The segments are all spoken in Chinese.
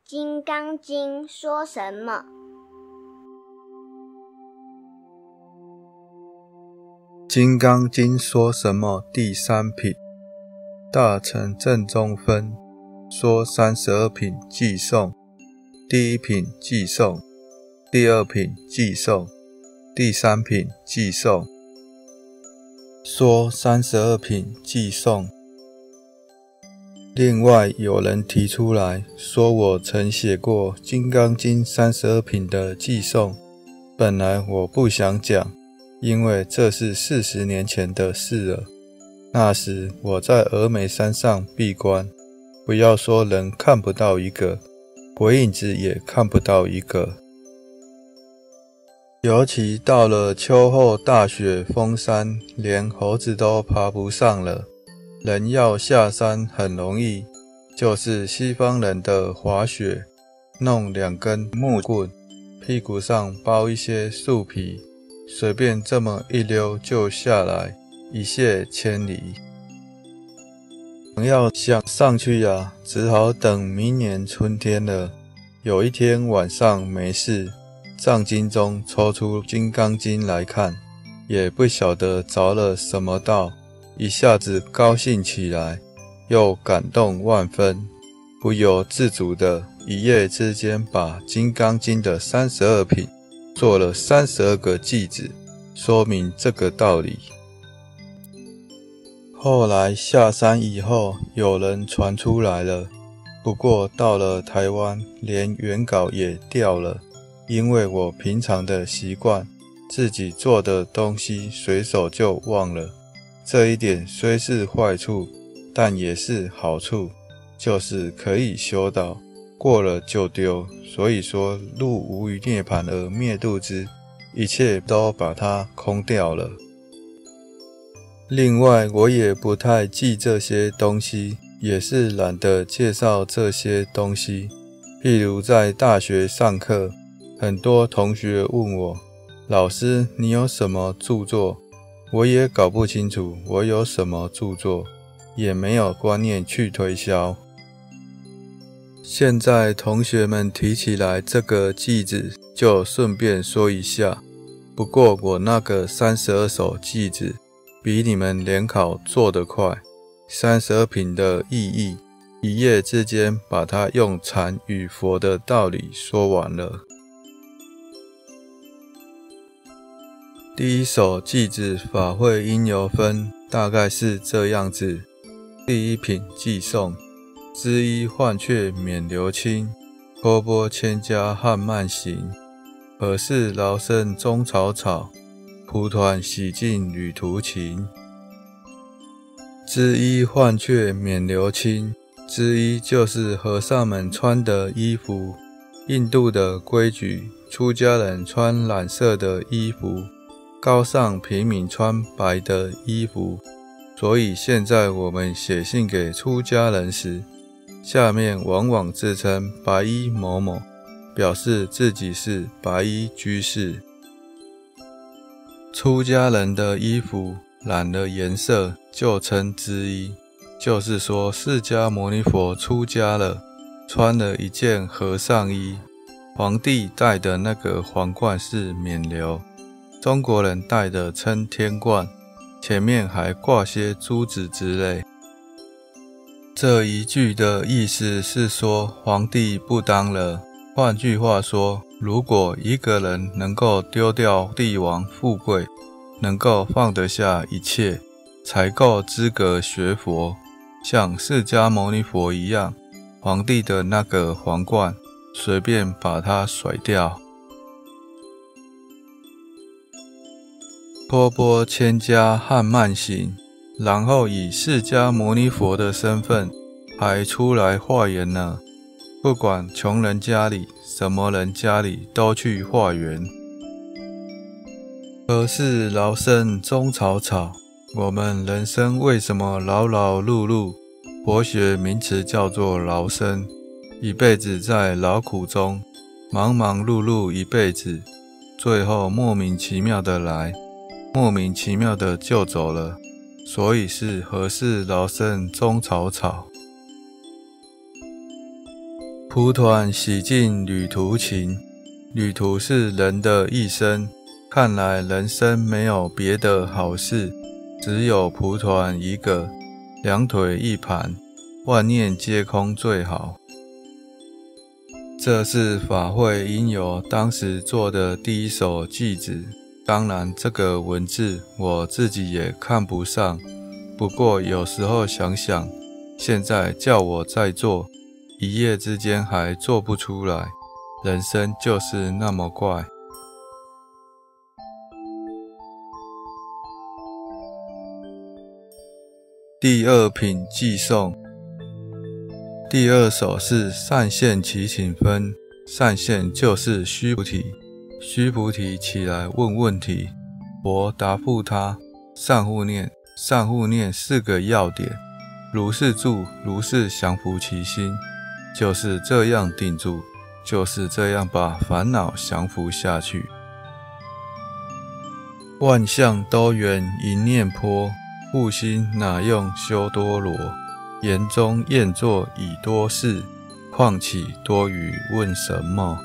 金刚经说什么？ 金刚经说什么？第三品，大乘正宗分，说32品偈颂。第一品偈颂，第二品偈颂，第三品偈颂。说32品偈颂。另外有人提出来说，我曾写过《金刚经》32品的偈颂，本来我不想讲，因为这是40年前的事了。那时我在峨眉山上闭关，不要说人看不到一个，鬼影子也看不到一个。尤其到了秋后大雪封山，连猴子都爬不上了。人要下山很容易，就是西方人的滑雪，弄2根木棍，屁股上包一些树皮，随便这么一溜就下来，一泻千里。要想上去呀，只好等明年春天了。有一天晚上没事，藏经中抽出《金刚经》来看，也不晓得着了什么道，一下子高兴起来，又感动万分，不由自主的一夜之间把《金刚经》的32品做了32个偈子，说明这个道理。后来下山以后，有人传出来了，不过到了台湾，连原稿也掉了，因为我平常的习惯，自己做的东西随手就忘了。这一点虽是坏处，但也是好处，就是可以修道，过了就丢。所以说入无余涅槃而灭度之，一切都把它空掉了。另外我也不太记这些东西，也是懒得介绍这些东西。譬如在大学上课，很多同学问我，老师你有什么著作？我也搞不清楚我有什么著作，也没有观念去推销。现在同学们提起来这个偈子，就顺便说一下。不过我那个32首偈子比你们联考做得快，32品的意义，一夜之间把它用禅与佛的道理说完了。第一首偈子法会因由分，大概是这样子。第一品偈颂，知衣换却免流清，波波千家汉慢行，何事劳身终草草，蒲团洗尽旅途情。知衣换却免流清，知衣就是和尚们穿的衣服，印度的规矩，出家人穿染色的衣服，高尚平民穿白的衣服，所以现在我们写信给出家人时，下面往往自称白衣某某，表示自己是白衣居士。出家人的衣服染了颜色就称知衣，就是说释迦牟尼佛出家了，穿了一件和尚衣，皇帝戴的那个皇冠是冕旒，中国人戴的称天冠，前面还挂些珠子之类。这一句的意思是说皇帝不当了，换句话说，如果一个人能够丢掉帝王富贵，能够放得下一切，才够资格学佛，像释迦牟尼佛一样，皇帝的那个皇冠随便把它甩掉。波波千家汉慢行，然后以释迦牟尼佛的身份还出来化缘呢，不管穷人家里什么人家里都去化缘。何事劳身终草草，我们人生为什么劳劳碌碌？佛学名词叫做劳身，一辈子在劳苦中忙忙碌碌一辈子，最后莫名其妙的来，莫名其妙的就走了，所以是何事劳身终草草。 蒲团洗尽旅途情，旅途是人的一生，看来人生没有别的好事，只有蒲团一个，两腿一盘，万念皆空最好。这是法会因由当时做的第一首偈子，当然这个文字我自己也看不上，不过有时候想想，现在叫我再做，一夜之间还做不出来，人生就是那么怪。第二品偈颂，第二首是善现其请分，善现就是须菩提，须菩提起来问问题，佛答复他，善护念，善护念4个要点，如是住，如是降伏其心，就是这样定住，就是这样把烦恼降伏下去。万象都缘一念波，护心哪用修多罗，言中厌作已多事，况岂多余问什么。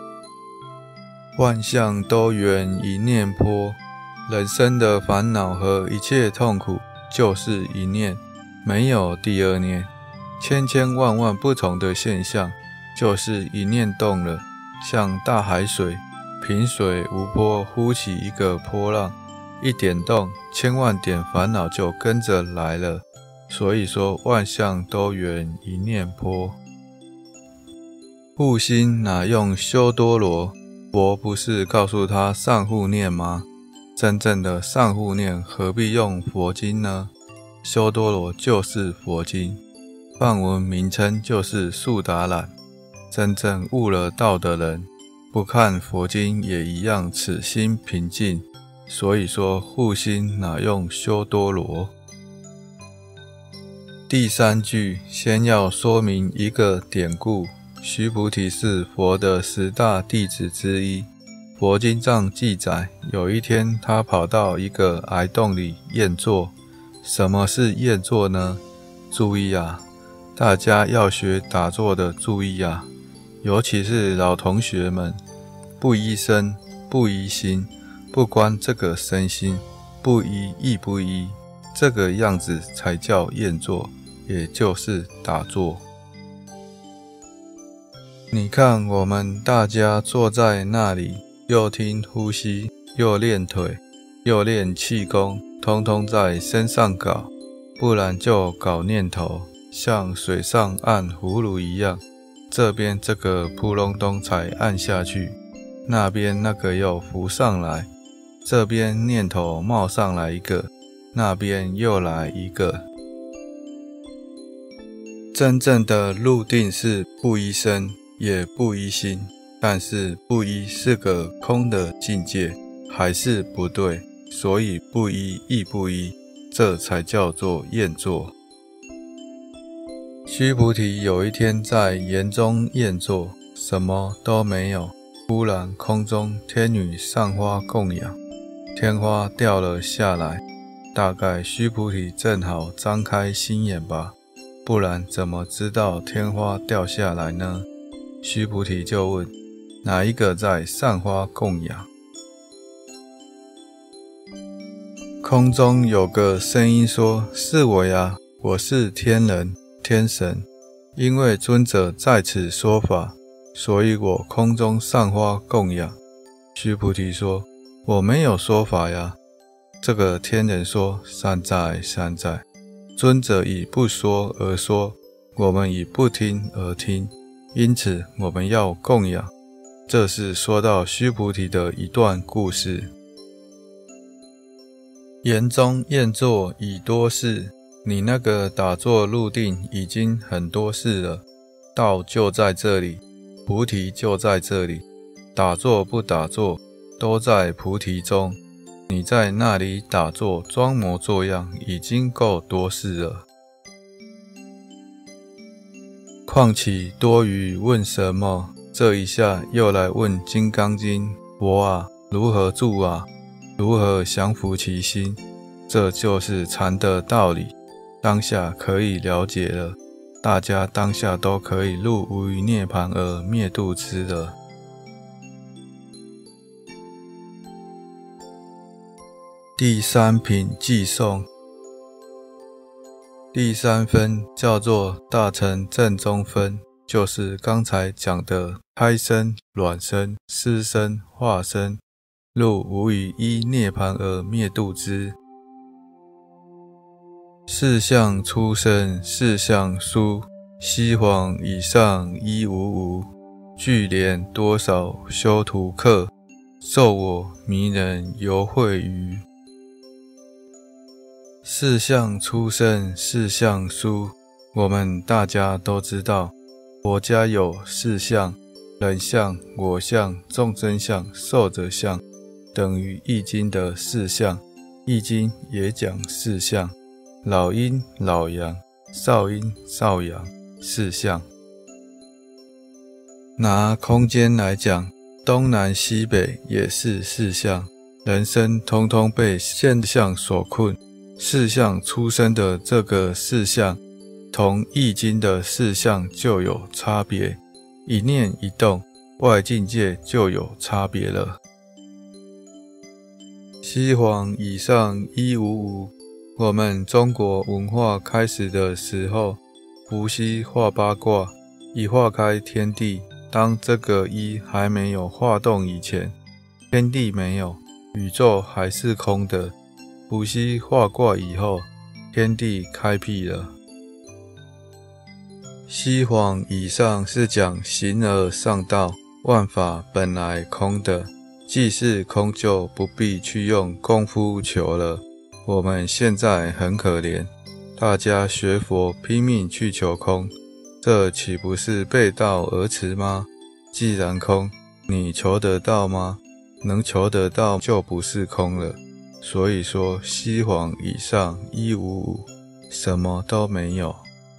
万象都缘一念波，人生的烦恼和一切痛苦就是一念，没有第二念，千千万万不同的现象，就是一念动了，像大海水，平水无波，忽起一个波浪，一点动，千万点烦恼就跟着来了。所以说万象都缘一念波。护心哪用修多罗，佛不是告诉他上护念吗？真正的上护念何必用佛经呢？修多罗就是佛经，梵文名称就是速达览。真正悟了道的人，不看佛经也一样此心平静。所以说护心哪用修多罗。第3句先要说明一个典故，须菩提是佛的10大弟子之一。佛经上记载，有一天他跑到一个崖洞里趺坐。什么是趺坐呢？注意啊，大家要学打坐的注意啊，尤其是老同学们，不依身，不依心，不关这个身心，不依亦不依，这个样子才叫趺坐，也就是打坐。你看我们大家坐在那里，又听呼吸，又练腿，又练气功，通通在身上搞，不然就搞念头，像水上按葫芦一样，这边这个扑隆咚才按下去，那边那个又浮上来，这边念头冒上来一个，那边又来一个。真正的入定是不依身，也不依心，但是不依是个空的境界，还是不对，所以不依亦不依，这才叫做趺坐。须菩提有一天在岩中趺坐，什么都没有，忽然空中天女上花供养，天花掉了下来，大概须菩提正好张开心眼吧，不然怎么知道天花掉下来呢？须菩提就问，哪一个在上花供养？空中有个声音说，是我呀，我是天人天神，因为尊者在此说法，所以我空中上花供养。须菩提说，我没有说法呀。这个天人说，善哉善哉，尊者以不说而说，我们以不听而听，因此我们要供养。这是说到须菩提的一段故事。岩中趺坐已多事，你那个打坐入定已经很多事了，道就在这里，菩提就在这里，打坐不打坐都在菩提中，你在那里打坐装模作样已经够多事了，况岂多余问什么？这一下又来问《金刚经》，佛啊，如何住啊？如何降伏其心？这就是禅的道理，当下可以了解了。 大家当下都可以入无余涅槃而灭度之了。第三品偈颂，第三分叫做大乘正宗分，就是刚才讲的胎生、卵生、湿生、化生，入无余一涅槃而灭度之。四相出生，四相殊，西皇以上一无无，聚莲多少修图客，受我迷人犹会余。四相出生，四相殊，我们大家都知道，佛家有四相：人相、我相、众生相、寿者相，等于易经的四相。易经也讲四相：老阴、老阳、少阴、少阳，四相。拿空间来讲，东南西北也是四相，人生通通被现象所困。四相出生的这个四相，同易经的四相就有差别，一念一动，外境界就有差别了。西皇以上一无无，我们中国文化开始的时候，伏羲画八卦，一画开天地，当这个一还没有画动以前，天地没有，宇宙还是空的。伏羲画卦以后，天地开辟了。西皇以上是讲形而上道，万法本来空的，既是空就不必去用功夫求了。我们现在很可怜，大家学佛拼命去求空，这岂不是背道而驰吗？既然空，你求得到吗？能求得到就不是空了。所以说西皇以上一无无，什么都没有。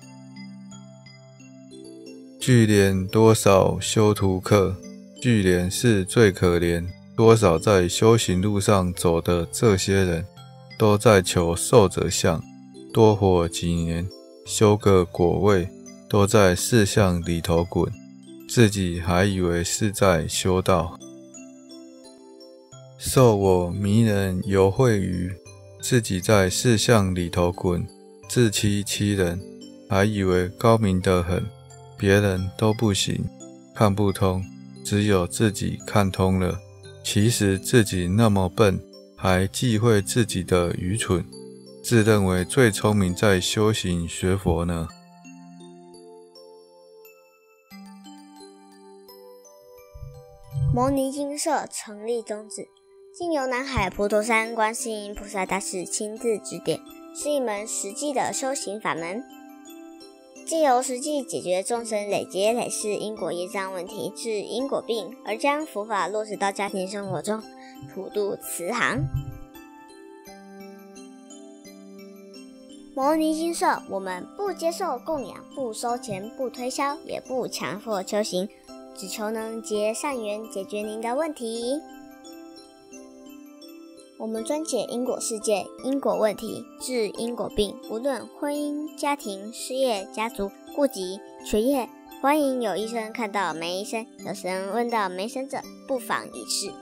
聚莲多少修图客，聚莲是最可怜，多少在修行路上走的这些人，都在求寿者相，多活几年，修个果位，都在四相里头滚，自己还以为是在修道。受我迷人犹会余，自己在四相里头滚，自欺欺人，还以为高明得很，别人都不行，看不通，只有自己看通了。其实自己那么笨，还忌讳自己的愚蠢，自认为最聪明，在修行学佛呢。 牟尼精舍成立宗旨，经由南海普陀山观世音菩萨大士亲自指点，是一门实际的修行法门，藉由实际解决众生累劫累世因果业障问题，治因果病，而将佛法落实到家庭生活中，普度慈航。牟尼精舍，我们不接受供养，不收钱，不推销，也不强迫修行，只求能结善缘，解决您的问题。我们专解因果世界、因果问题，治因果病，无论婚姻、家庭、事业、家族、户籍、学业，欢迎有医生看到没医生，有神问到没神者，不妨一试。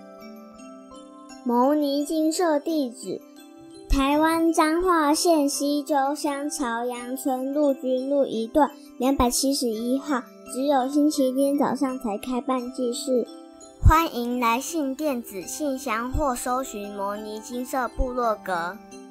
牟尼精舍地址：台湾彰化县溪州乡朝阳村陆军路一段271号，只有星期天早上才开办祭事。欢迎来信电子信箱或搜寻牟尼精舍部落格。